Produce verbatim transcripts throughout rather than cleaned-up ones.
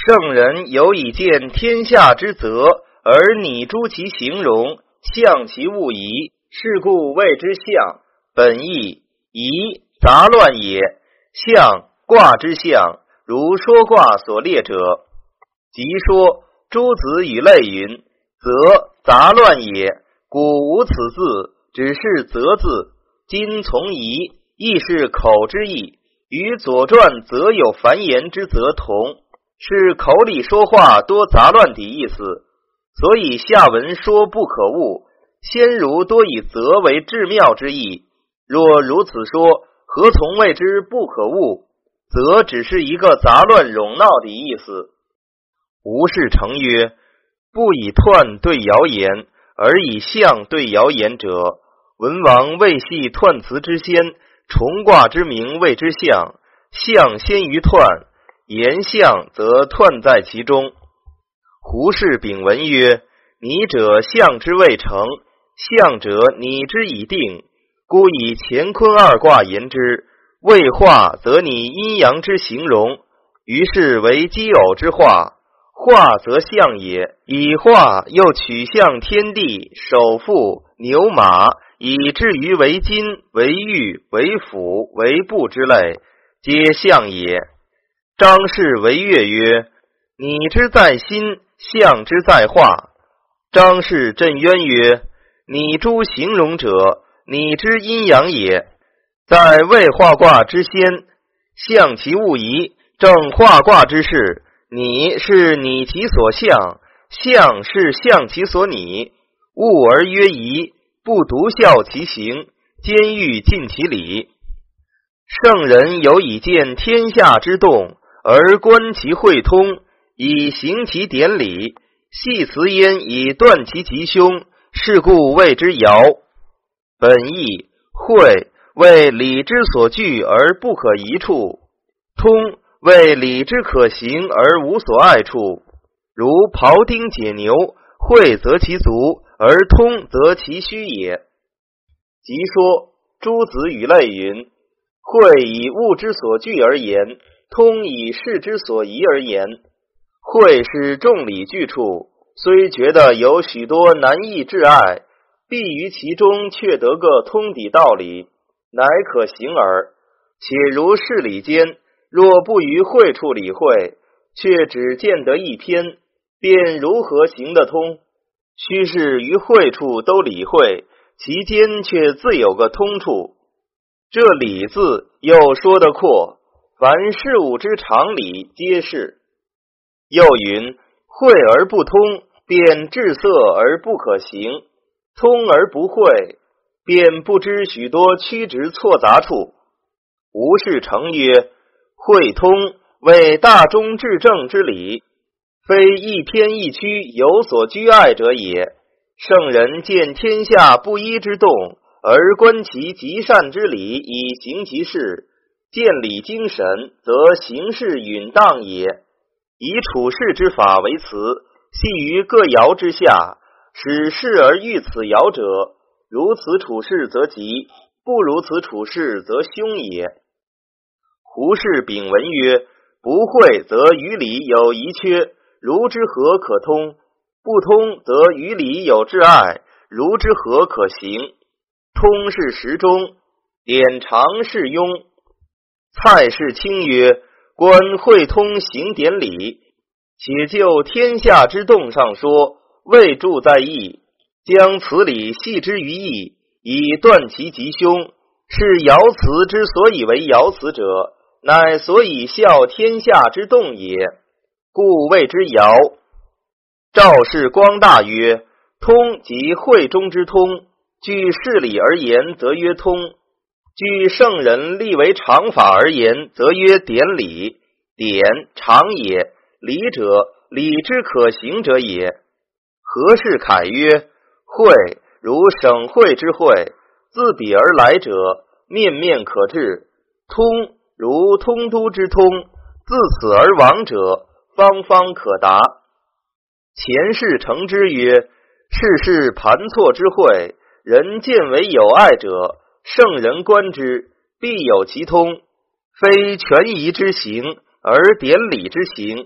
圣人有以见天下之则，而拟诸其形容，象其物宜，是故谓之象。本义，宜杂乱也。象，卦之象，如说卦所列者。即说诸子与类云，则杂乱也。古无此字，只是则字。今从宜，亦是口之意，与左传则有繁言之则同，是口里说话多杂乱的意思。所以下文说不可悟，先儒多以则为至妙之意。若如此说，何从谓之不可悟？则只是一个杂乱冗闹的意思。吴氏成曰：不以彖对谣言，而以象对谣言者，文王未系彖辞之先，重卦之名谓之象，象先于彖，言象则彖在其中。胡氏丙文曰：拟者象之未成，象者拟之已定，故以乾坤二卦言之。未化则拟阴阳之形容，于是为奇偶之化。化则象也，以化又取象天地、首富、牛马，以至于为金、为玉、为辅、为布之类，皆象也。张氏为乐曰：拟之在心，象之在化。张氏震渊曰：拟诸形容者，拟之阴阳也。在未化卦之先，象其物宜；正化卦之事，拟是拟其所象，象是象其所拟。物而曰宜，不独效其形，兼欲尽其理。圣人有以见天下之动，而观其会通，以行其典理，系辞焉以断其吉凶，是故谓之爻。本义，会为理之所据而不可移处，通为理之可行而无所爱处。如庖丁解牛，会则其足，而通则其虚也。即说诸子与类云，会以物之所据而言，通以事之所宜而言。会是众理具处，虽觉得有许多难易至爱，必于其中却得个通底道理，乃可行耳。且如事理间，若不于会处理会，却只见得一篇，便如何行得通？须是于会处都理会，其间却自有个通处。这理字又说得阔，凡事物之常理皆是。又云，会而不通，便滞塞而不可行；通而不会，便不知许多曲直错杂处。吴氏成曰：会通为大中至正之理，非一偏一曲有所居爱者也。圣人见天下不一之动，而观其极善之理以行其事，见理精神，则行事允当也。以处世之法为辞，系于各爻之下，使事而遇此爻者，如此处事则吉，不如此处事则凶也。胡氏丙文曰：不会则于理有遗缺，如之何可通？不通则于理有挚爱，如之何可行？通是时中，典常是庸。蔡氏清曰：观会通行典理，且就天下之动上说，未著在意，将此理系之于意，以断其吉凶，是爻辞之所以为爻辞者，乃所以效天下之动也，故谓之爻。赵氏光大曰：通即会中之通，据事理而言则曰通，据圣人立为常法而言则曰典理。典常也，理者理之可行者也。何氏凯曰：会如省会之会，自彼而来者，面面可治；通如通都之通，自此而亡者，方方可达。前世成之曰：世事盘错之会，人见为有爱者，圣人观之，必有其通，非权宜之行，而典理之行，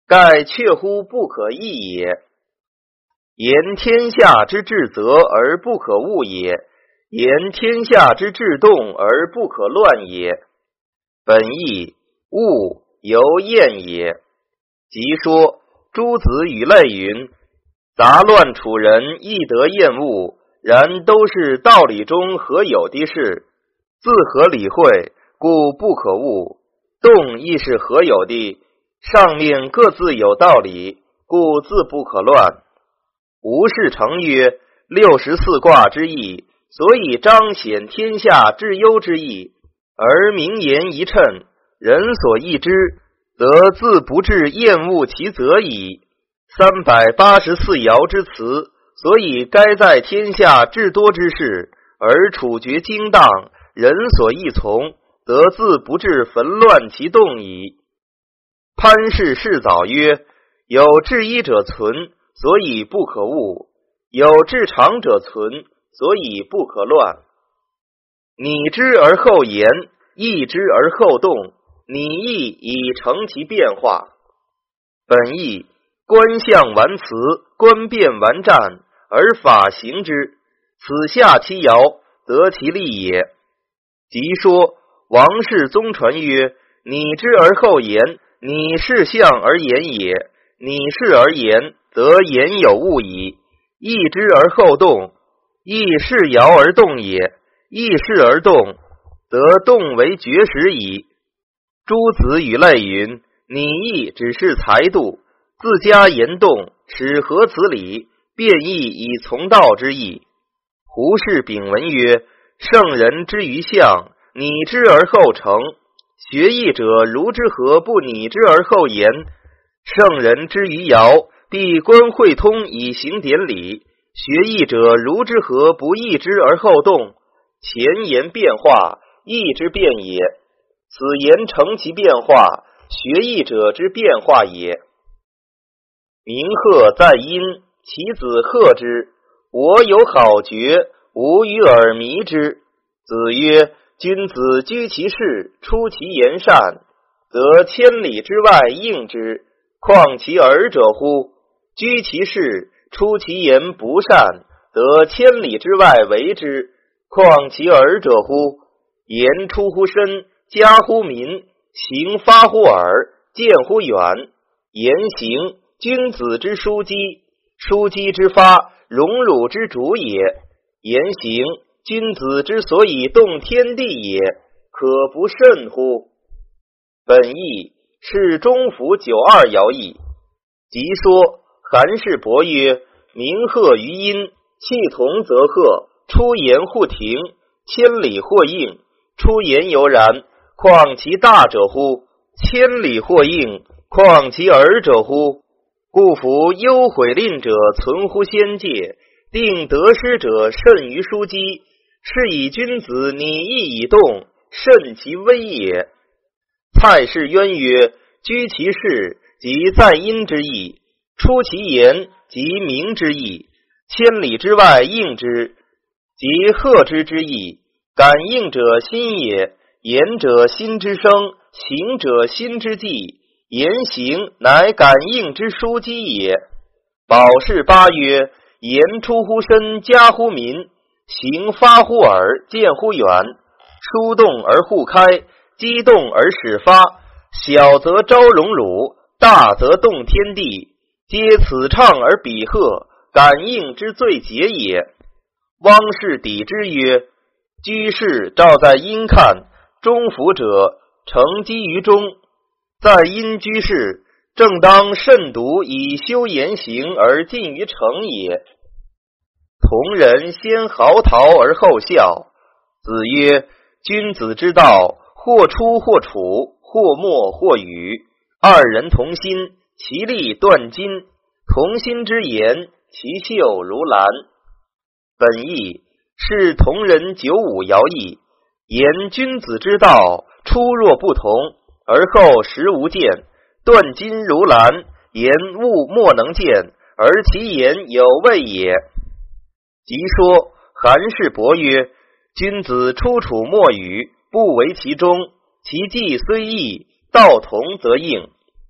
盖确乎不可易也。言天下之至则而不可误也，言天下之至动而不可乱也。本义物犹厌也。即说诸子语类云：杂乱处人亦得厌恶，然都是道理中何有的事，自何理会，故不可误。动亦是何有的，上面各自有道理，故自不可乱。吴氏成曰：六十四卦之意，所以彰显天下至优之意，而名言一称，人所易之，则自不至厌恶其则矣。三百八十四爻之辞，所以该在天下至多之事，而处决精当，人所易从，则自不至焚乱其动矣。潘氏世早曰：有至一者存，所以不可误；有至长者存，所以不可乱。拟之而后言，易之而后动，拟易以成其变化。本义观象完辞，观变完战，而法行之，此下其爻，得其利也。即说王氏宗传曰：拟之而后言，拟是象而言也；拟是而言，则言有物矣。易之而后动，易是爻而动也；易是而动，则动为绝实矣。诸子语类云：拟易只是才度，自家言动，使合此理，变易以从道之意。胡适丙文曰：圣人之于象，拟之而后成。学义者如之何不拟之而后言？圣人之于爻，必观会通以行典礼。学义者如之何不易之而后动？前言变化，易之变也。此言成其变化，学义者之变化也。鸣鹤在阴，其子贺之。我有好觉，吾与尔迷之。子曰：君子居其事，出其言善，则千里之外应之，况其耳者乎？居其事，出其言不善，则千里之外为之，况其耳者乎？言出乎身，加乎民，行发乎耳，见乎远。言行，君子之枢机，枢机之发，荣辱之主也。言行，君子之所以动天地也，可不甚乎？本义是中孚九二爻意。即说韩氏伯曰：鸣鹤于阴，气同则鹤，出言互停，千里或应，出言犹然，况其大者乎？千里或应，况其耳者乎？故夫忧悔吝者存乎先界，定得失者甚于枢机，是以君子拟易以动，甚其危也。蔡氏渊曰：居其事，即在阴之意；出其言，即明之意；千里之外应之，即贺之之意。感应者心也，言者心之声，行者心之计，言行乃感应之枢机也。宝氏八曰：言出乎身，加乎民，行发乎耳，见乎远，出动而互开，激动而始发，小则招荣辱，大则动天地，皆此唱而比贺，感应之最节也。汪氏抵之曰：居士照在阴看，中孚者成基于中，在阴居士，正当慎独以修言行而近于诚也。同人先嚎啕而后笑。子曰：君子之道，或出或处，或默或语，二人同心，其利断金。同心之言，其秀如兰。本义是同人九五爻意，言君子之道，出若不同，而后实无见，断金如兰，言物莫能见，而其言有味也。即说韩氏伯曰：君子出处莫语，不为其中，其计虽异，道同则应。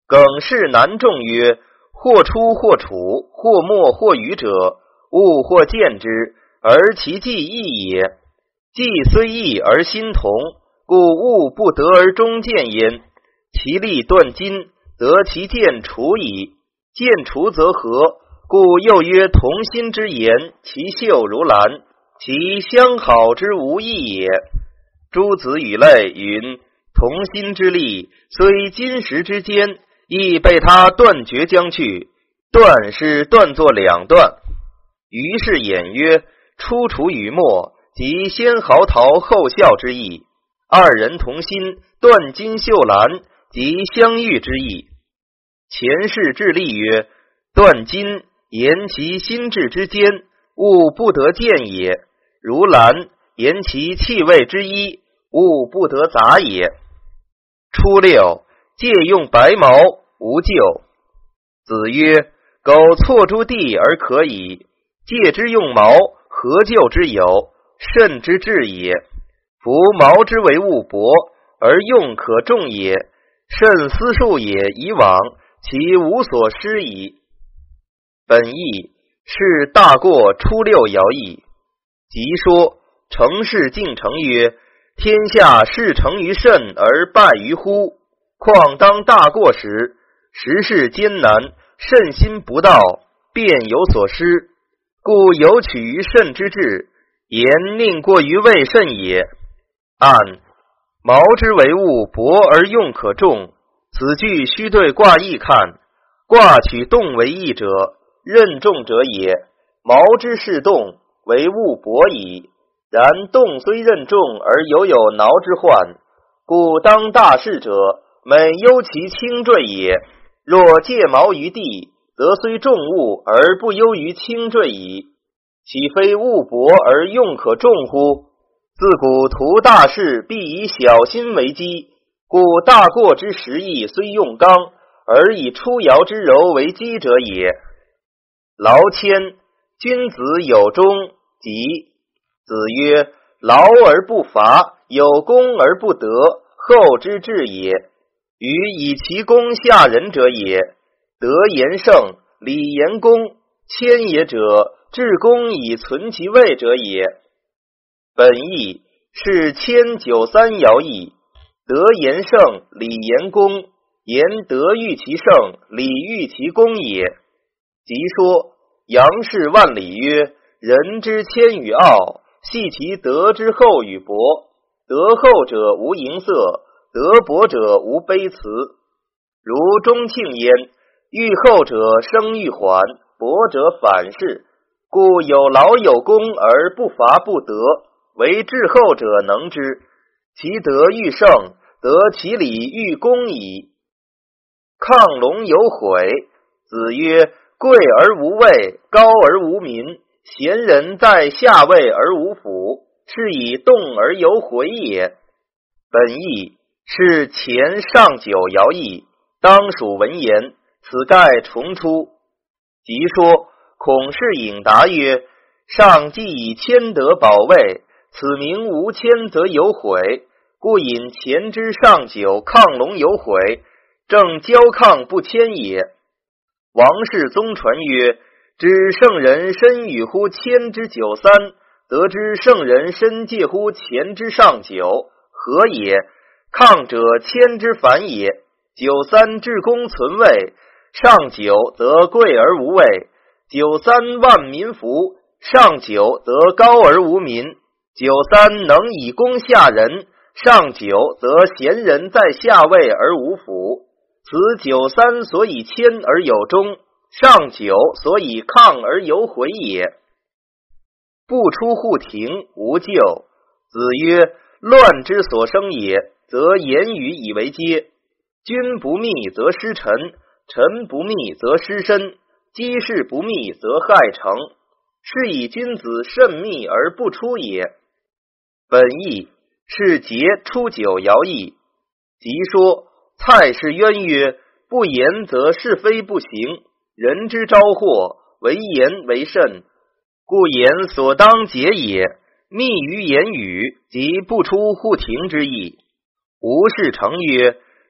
耿氏难中曰：或出或处，或没或余者，物或见之，而其迹异也。迹虽异而心同，故物不得而终见焉。其力断金，则其见除矣。见除则合，故又曰同心之言，其秀如兰，其相好之无异也。诸子语类云：同心之力，虽金石之间，亦被他断绝将去。断是断作两断。于是演曰：初处与末，即先豪陶后效之意。二人同心，断金秀兰，即相遇之意。前世智力曰：断金，言其心智之间，物不得见也；如兰，言其气味之一，物不得杂也。初六，借用白毛，无咎。子曰：苟错诸地而可以，借之用毛，何咎之有？慎之至也。夫毛之为物薄，而用可重也，慎思数也以往，其无所失矣。本义是大过初六爻义。即说成事竟成曰：天下事成于慎而败于乎？况当大过时，时事艰难，慎心不到，便有所失，故有取于慎之志，言宁过于未慎也。按毛之为物薄而用可重，此句须对卦义看。卦取动为义者，任重者也。毛之事动，为物薄矣。然动虽任重，而犹有挠之患，故当大事者，每忧其轻坠也。若借毛于地，则虽重物而不忧于轻坠矣，岂非物薄而用可重乎？自古图大事，必以小心为基，故大过之实意虽用刚，而以出爻之柔为基者也。劳谦，君子有终，即子曰：劳而不伐，有功而不得，后之至也。予以其功下人者也。德言胜，礼言恭，谦也者，至公以存其位者也。本义是谦九三爻义。德言胜，礼言恭，言德育其胜，礼育其恭也。即说杨氏万里曰：人之谦与傲，系其德之厚与薄。德厚者无盈色，德薄者无卑辞。如钟庆焉，欲厚者生欲缓，薄者反是。故有劳有功而不伐不得，为至厚者能之。其德欲胜，得其礼欲恭矣。亢龙有悔。子曰：贵而无位，高而无民，贤人在下位而无辅，是以动而有悔也。本义是前上九爻义，当属文言，此盖重出。即说孔氏引答曰：上既以谦德保卫，此名无谦则有悔，故引前之上九亢龙有悔，正交亢不谦也。王氏宗传曰：知圣人身与乎谦之九三，得知圣人身介乎前之上九，何也？亢者谦之反也。九三至公存位，上九则贵而无位。九三万民服，上九则高而无民。九三能以攻下人，上九则贤人在下位而无辅。此九三所以谦而有终，上九所以亢而有悔也。不出户庭，无咎。子曰：乱之所生也，则言语以为阶。君不密则失臣，臣不密则失身，机事不密则害成。是以君子慎密而不出也。本义是节出九爻义。即说蔡氏渊曰：不言则是非不行，人之招祸，为言为慎，故言所当节也。密于言语，即不出户庭之意。吴氏成曰：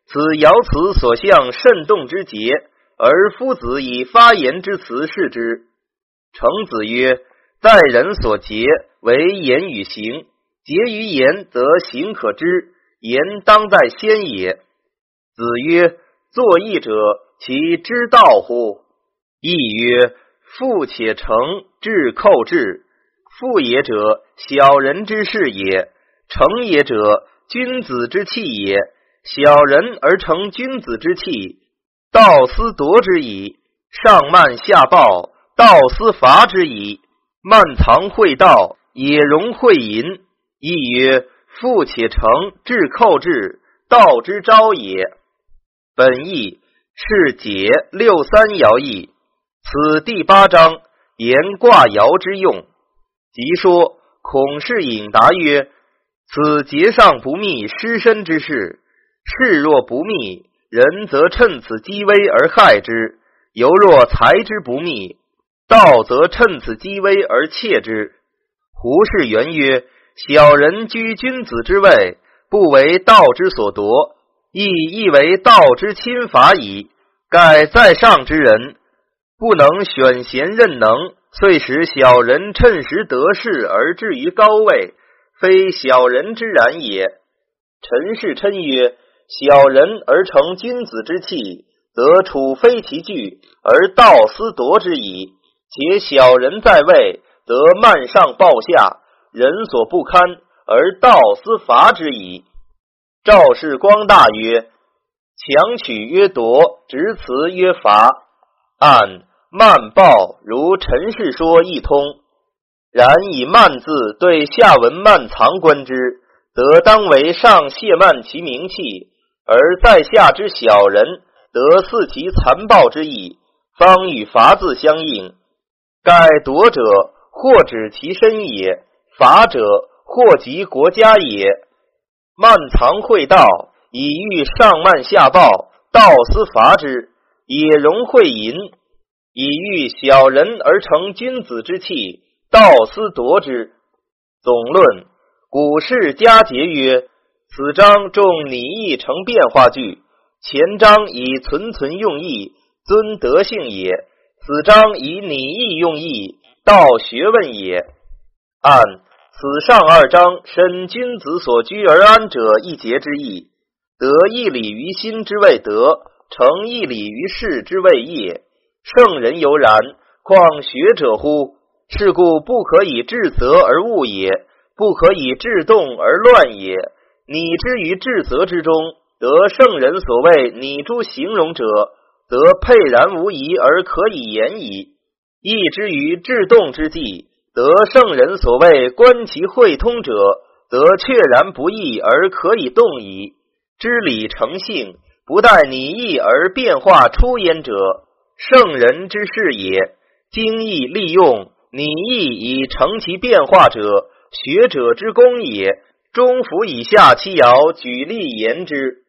此爻辞所向慎动之节，而夫子以发言之辞示之。程子曰：待人所节，为言与行，节于言，则行可知，言当在先也。子曰：作义者，其知道乎？亦曰：富且成，至寇至。富也者，小人之事也；成也者，君子之器也。小人而成君子之器，道斯夺之矣。上慢下暴，道斯伐之矣。慢藏会道，也容会淫。亦曰：富且成，至寇至，道之昭也。本义是解六三爻义。此第八章言卦爻之用。即说孔氏引答曰：此节上不密失身之事，事若不密，人则趁此积微而害之；犹若财之不密，道则趁此积微而窃之。胡适言曰：小人居君子之位，不为道之所夺，亦亦为道之侵伐矣。盖在上之人，不能选贤任能，遂使小人趁时得势而至于高位，非小人之然也。陈氏称曰：小人而成君子之器，则处非其具，而道斯夺之矣。且小人在位，则慢上暴下，人所不堪，而道斯伐之矣。赵氏光大曰：强取曰夺，直辞曰伐。按慢暴如陈氏说亦通，然以慢字对下文慢藏观之，则当为上谢慢其名气，而在下之小人得似其残暴之意，方与伐字相应。盖夺者，或指其身也；伐者，或及国家也。慢藏会道，以欲上慢下暴，道斯伐之，也容会淫。以欲小人而成君子之器，道斯夺之。总论，古氏家节曰：此章重拟意成变化句，前章以存存用意，尊德性也；此章以拟意用意，道学问也。按此上二章申君子所居而安者一节之意，得义理于心之谓德，成义理于事之谓业。圣人犹然，况学者乎？是故不可以治责而误也，不可以治动而乱也。拟之于治责之中，得圣人所谓拟诸形容者，则沛然无疑而可以言矣。义之于治动之际，得圣人所谓观其会通者，则确然不义而可以动矣。知理成性，不待拟意而变化出焉者，圣人之事也。精义利用，拟意以成其变化者，学者之功也。中孚以下七爻举例言之。